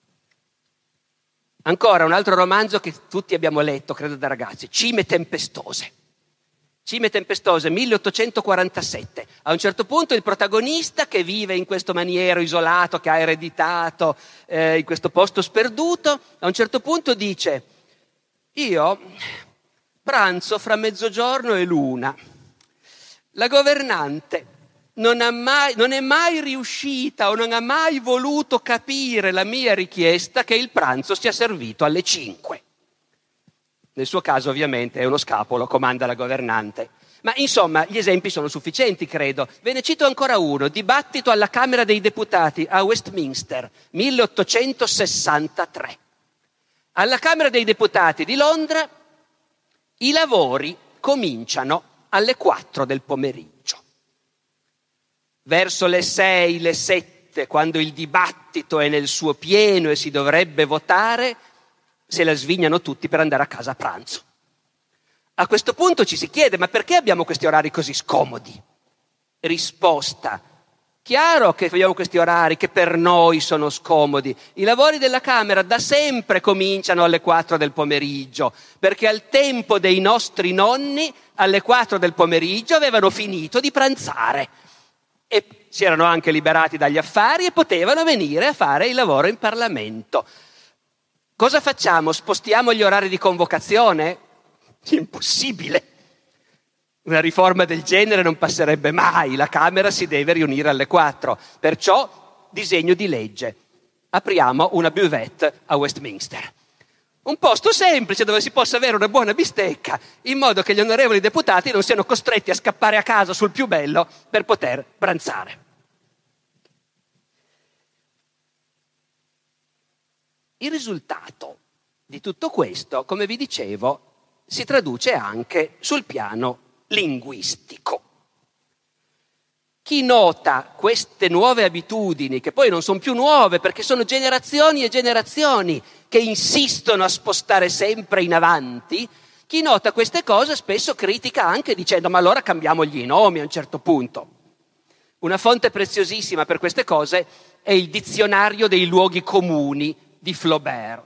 Ancora un altro romanzo che tutti abbiamo letto, credo da ragazzi, Cime tempestose. Cime tempestose, 1847. A un certo punto il protagonista, che vive in questo maniero isolato, che ha ereditato in questo posto sperduto, a un certo punto dice: io pranzo fra mezzogiorno e l'1. La governante non è mai riuscita o non ha mai voluto capire la mia richiesta che il pranzo sia servito alle 5. Nel suo caso ovviamente è uno scapolo, comanda la governante. Ma insomma, gli esempi sono sufficienti, credo. Ve ne cito ancora uno. Dibattito alla Camera dei Deputati a Westminster, 1863. Alla Camera dei Deputati di Londra i lavori cominciano alle 4 del pomeriggio. Verso le 6, le 7, quando il dibattito è nel suo pieno e si dovrebbe votare, se la svignano tutti per andare a casa a pranzo. A questo punto ci si chiede: ma perché abbiamo questi orari così scomodi? Risposta: chiaro che abbiamo questi orari che per noi sono scomodi. I lavori della Camera da sempre cominciano alle 4 del pomeriggio, perché al tempo dei nostri nonni, alle 4 del pomeriggio avevano finito di pranzare e si erano anche liberati dagli affari e potevano venire a fare il lavoro in Parlamento. Cosa facciamo? Spostiamo gli orari di convocazione? Impossibile. Una riforma del genere non passerebbe mai, la Camera si deve riunire alle 4. Perciò, disegno di legge. Apriamo una buvette a Westminster. Un posto semplice dove si possa avere una buona bistecca, in modo che gli onorevoli deputati non siano costretti a scappare a casa sul più bello per poter pranzare. Il risultato di tutto questo, come vi dicevo, si traduce anche sul piano linguistico. Chi nota queste nuove abitudini, che poi non sono più nuove perché sono generazioni e generazioni che insistono a spostare sempre in avanti, chi nota queste cose spesso critica anche dicendo: ma allora cambiamo gli nomi a un certo punto. Una fonte preziosissima per queste cose è il Dizionario dei luoghi comuni di Flaubert,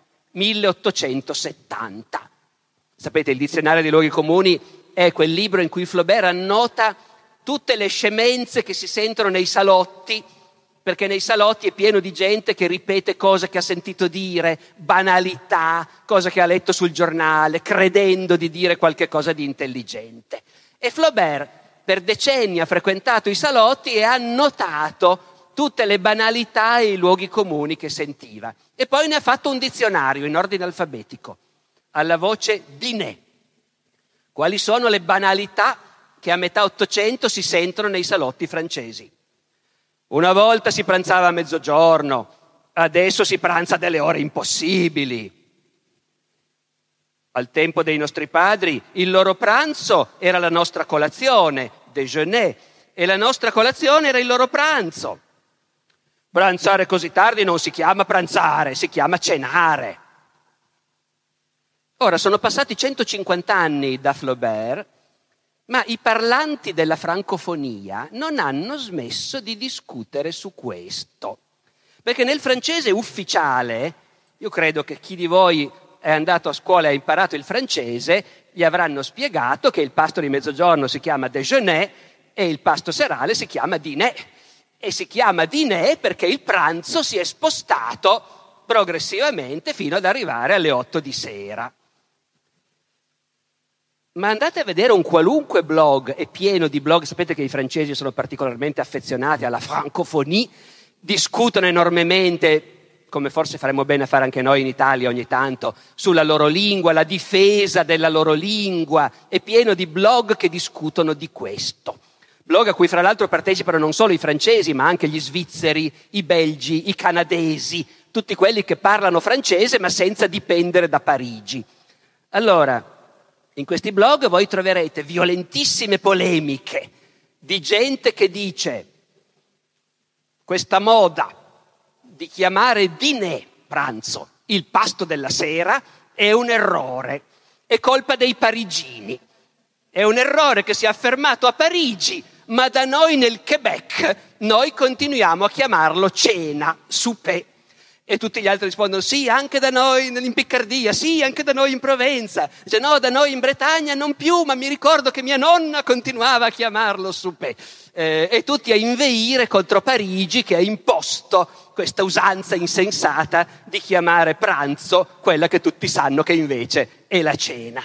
1870. Sapete, il Dizionario dei luoghi comuni è quel libro in cui Flaubert annota tutte le scemenze che si sentono nei salotti, perché nei salotti è pieno di gente che ripete cose che ha sentito dire, banalità, cose che ha letto sul giornale, credendo di dire qualche cosa di intelligente. E Flaubert per decenni ha frequentato i salotti e ha notato tutte le banalità e i luoghi comuni che sentiva. E poi ne ha fatto un dizionario in ordine alfabetico, alla voce Binet. Quali sono le banalità che a metà Ottocento si sentono nei salotti francesi? Una volta si pranzava a mezzogiorno, adesso si pranza a delle ore impossibili. Al tempo dei nostri padri il loro pranzo era la nostra colazione, déjeuner, e la nostra colazione era il loro pranzo. Pranzare così tardi non si chiama pranzare, si chiama cenare. Ora, sono passati 150 anni da Flaubert, ma i parlanti della francofonia non hanno smesso di discutere su questo. Perché nel francese ufficiale, io credo che chi di voi è andato a scuola e ha imparato il francese, gli avranno spiegato che il pasto di mezzogiorno si chiama déjeuner e il pasto serale si chiama dîner. E si chiama dîner perché il pranzo si è spostato progressivamente fino ad arrivare alle 8 di sera. Ma andate a vedere un qualunque blog, è pieno di blog, sapete che i francesi sono particolarmente affezionati alla francophonie, discutono enormemente, come forse faremmo bene a fare anche noi in Italia ogni tanto, sulla loro lingua, la difesa della loro lingua, è pieno di blog che discutono di questo. Blog a cui fra l'altro partecipano non solo i francesi, ma anche gli svizzeri, i belgi, i canadesi, tutti quelli che parlano francese ma senza dipendere da Parigi. Allora, in questi blog voi troverete violentissime polemiche di gente che dice: questa moda di chiamare dîner, pranzo, il pasto della sera è un errore, è colpa dei parigini, è un errore che si è affermato a Parigi, ma da noi nel Quebec noi continuiamo a chiamarlo cena, souper. E tutti gli altri rispondono: sì, anche da noi in Piccardia, sì, anche da noi in Provenza. Dice: no, da noi in Bretagna non più, ma mi ricordo che mia nonna continuava a chiamarlo souper. E tutti a inveire contro Parigi che ha imposto questa usanza insensata di chiamare pranzo quella che tutti sanno che invece è la cena.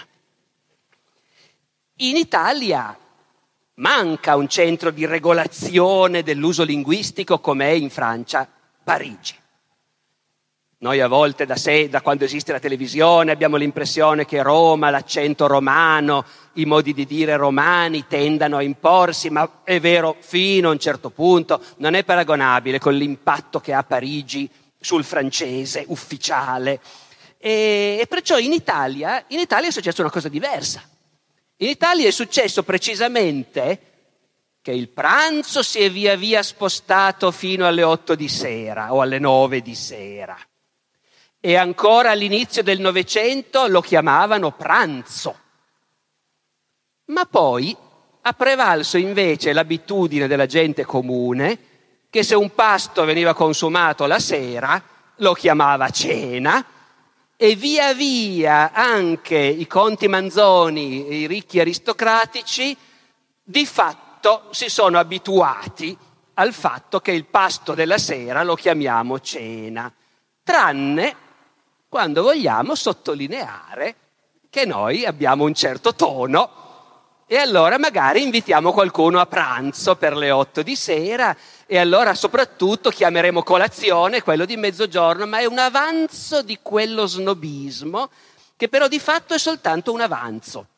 In Italia manca un centro di regolazione dell'uso linguistico come è in Francia Parigi. Noi a volte da quando esiste la televisione abbiamo l'impressione che Roma, l'accento romano, i modi di dire romani tendano a imporsi, ma è vero fino a un certo punto, non è paragonabile con l'impatto che ha Parigi sul francese ufficiale. E perciò in Italia è successa una cosa diversa. In Italia è successo precisamente che il pranzo si è via via spostato fino alle 8 di sera o alle 9 di sera. E ancora all'inizio del Novecento lo chiamavano pranzo. Ma poi ha prevalso invece l'abitudine della gente comune che se un pasto veniva consumato la sera lo chiamava cena, e via via anche i conti manzoni e i ricchi aristocratici di fatto si sono abituati al fatto che il pasto della sera lo chiamiamo cena, tranne quando vogliamo sottolineare che noi abbiamo un certo tono e allora magari invitiamo qualcuno a pranzo per le 8 di sera e allora soprattutto chiameremo colazione quello di mezzogiorno, ma è un avanzo di quello snobismo che però di fatto è soltanto un avanzo.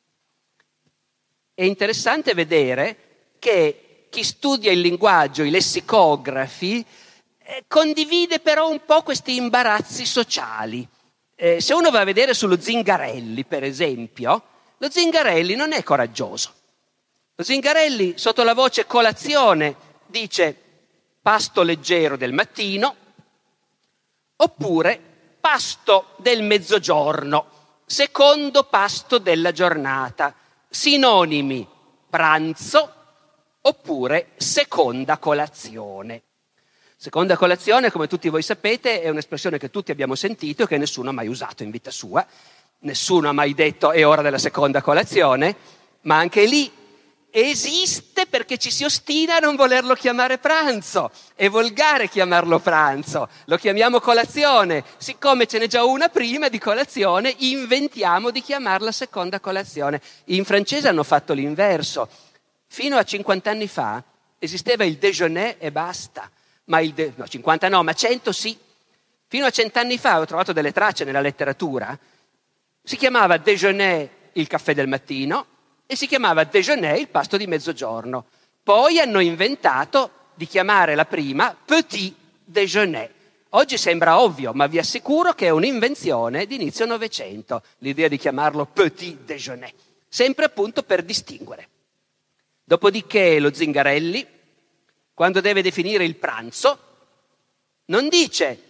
È interessante vedere che chi studia il linguaggio, i lessicografi, condivide però un po' questi imbarazzi sociali. Se uno va a vedere sullo Zingarelli, per esempio, lo Zingarelli non è coraggioso. Lo Zingarelli, sotto la voce colazione, dice pasto leggero del mattino, oppure pasto del mezzogiorno, secondo pasto della giornata, sinonimi pranzo oppure seconda colazione. Seconda colazione, come tutti voi sapete, è un'espressione che tutti abbiamo sentito e che nessuno ha mai usato in vita sua. Nessuno ha mai detto è ora della seconda colazione, ma anche lì esiste perché ci si ostina a non volerlo chiamare pranzo. È volgare chiamarlo pranzo, lo chiamiamo colazione. Siccome ce n'è già una prima di colazione, inventiamo di chiamarla seconda colazione. In francese hanno fatto l'inverso. Fino a 50 anni fa esisteva il déjeuner e basta. Ma 50 no, ma 100 sì. Fino a 100 anni fa ho trovato delle tracce nella letteratura. Si chiamava déjeuner il caffè del mattino e si chiamava déjeuner il pasto di mezzogiorno. Poi hanno inventato di chiamare la prima petit déjeuner. Oggi sembra ovvio, ma vi assicuro che è un'invenzione di inizio Novecento, l'idea di chiamarlo petit déjeuner, sempre appunto per distinguere. Dopodiché lo Zingarelli, quando deve definire il pranzo, non dice,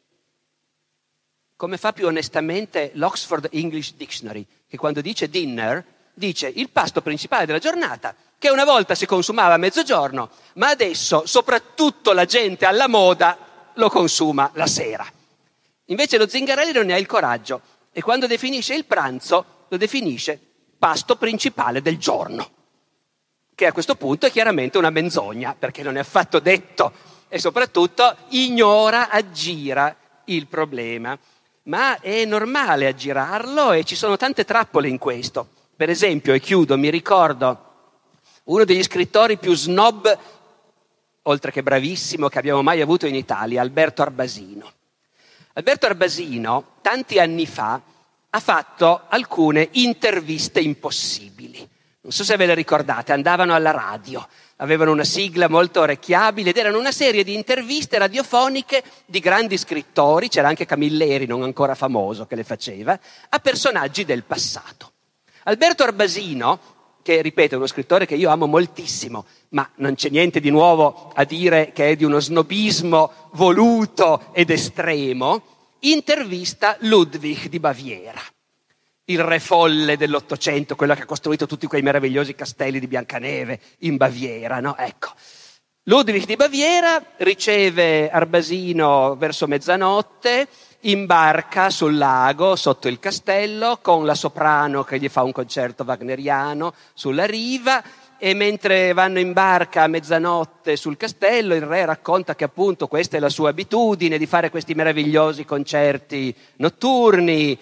come fa più onestamente l'Oxford English Dictionary, che quando dice dinner, dice il pasto principale della giornata, che una volta si consumava a mezzogiorno, ma adesso soprattutto la gente alla moda lo consuma la sera. Invece lo Zingarelli non ne ha il coraggio e quando definisce il pranzo lo definisce pasto principale del giorno, che a questo punto è chiaramente una menzogna, perché non è affatto detto e soprattutto ignora, aggira il problema. Ma è normale aggirarlo e ci sono tante trappole in questo. Per esempio, e chiudo, mi ricordo uno degli scrittori più snob, oltre che bravissimo, che abbiamo mai avuto in Italia, Alberto Arbasino. Alberto Arbasino, tanti anni fa, ha fatto alcune interviste impossibili. Non so se ve le ricordate, andavano alla radio, avevano una sigla molto orecchiabile ed erano una serie di interviste radiofoniche di grandi scrittori, c'era anche Camilleri, non ancora famoso, che le faceva, a personaggi del passato. Alberto Arbasino, che ripeto è uno scrittore che io amo moltissimo, ma non c'è niente di nuovo a dire che è di uno snobismo voluto ed estremo, intervista Ludwig di Baviera, il re folle dell'Ottocento, quello che ha costruito tutti quei meravigliosi castelli di Biancaneve in Baviera, no? Ecco. Ludwig di Baviera riceve Arbasino verso mezzanotte, imbarca sul lago sotto il castello con la soprano che gli fa un concerto wagneriano sulla riva e mentre vanno in barca a mezzanotte sul castello il re racconta che appunto questa è la sua abitudine di fare questi meravigliosi concerti notturni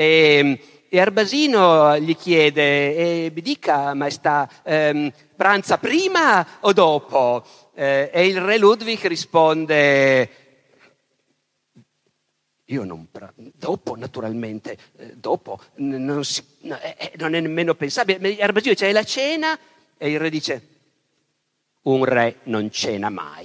e Arbasino gli chiede, mi dica maestà, pranza prima o dopo? E il re Ludwig risponde, Io non... Dopo, naturalmente, dopo, non è nemmeno pensabile. Arbagigo dice, è la cena, e il re dice, un re non cena mai.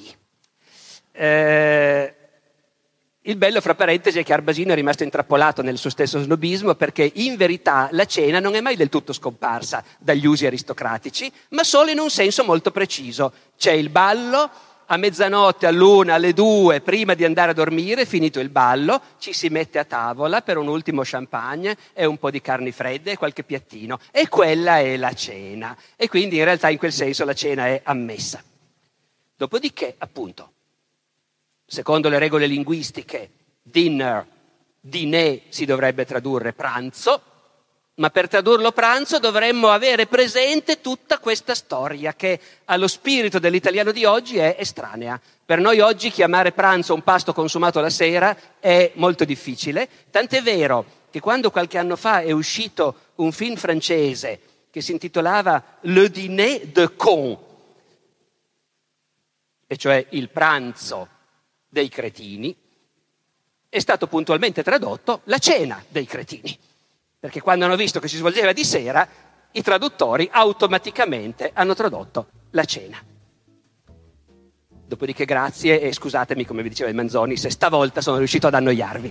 Il bello, fra parentesi, è che Arbasino è rimasto intrappolato nel suo stesso snobismo, perché in verità la cena non è mai del tutto scomparsa dagli usi aristocratici, ma solo in un senso molto preciso. C'è il ballo, a mezzanotte, all'1, alle 2, prima di andare a dormire, finito il ballo, ci si mette a tavola per un ultimo champagne e un po' di carni fredde e qualche piattino. E quella è la cena. E quindi in realtà in quel senso la cena è ammessa. Dopodiché, appunto, secondo le regole linguistiche, dinner, dîner si dovrebbe tradurre pranzo, ma per tradurlo pranzo dovremmo avere presente tutta questa storia che allo spirito dell'italiano di oggi è estranea. Per noi oggi chiamare pranzo un pasto consumato la sera è molto difficile, tant'è vero che quando qualche anno fa è uscito un film francese che si intitolava Le dîner de con, e cioè il pranzo dei cretini, è stato puntualmente tradotto la cena dei cretini. Perché quando hanno visto che si svolgeva di sera, i traduttori automaticamente hanno tradotto la cena. Dopodiché grazie e scusatemi, come vi diceva il Manzoni, se stavolta sono riuscito ad annoiarvi.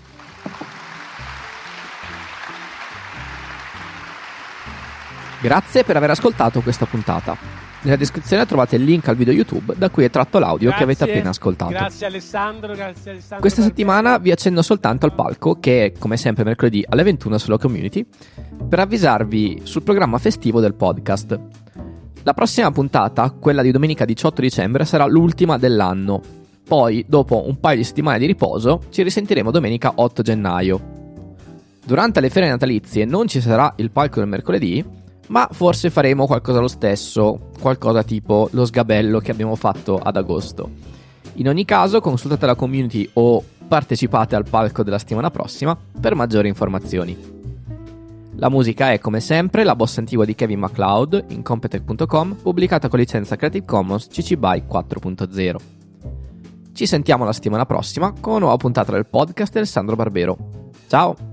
Grazie per aver ascoltato questa puntata. Nella descrizione trovate il link al video YouTube da cui è tratto l'audio che avete appena ascoltato. Grazie Alessandro. Questa settimana vi accenno soltanto al palco, che è come sempre mercoledì alle 21 sulla Community, per avvisarvi sul programma festivo del podcast. La prossima puntata, quella di domenica 18 dicembre, sarà l'ultima dell'anno. Poi, dopo un paio di settimane di riposo, ci risentiremo domenica 8 gennaio. Durante le ferie natalizie non ci sarà il palco del mercoledì, ma forse faremo qualcosa lo stesso, qualcosa tipo lo sgabello che abbiamo fatto ad agosto. In ogni caso consultate la community o partecipate al palco della settimana prossima per maggiori informazioni. La musica è come sempre la bossa antigua di Kevin MacLeod in Competech.com, pubblicata con licenza Creative Commons CC BY 4.0. Ci sentiamo la settimana prossima con una nuova puntata del podcast di Alessandro Barbero. Ciao!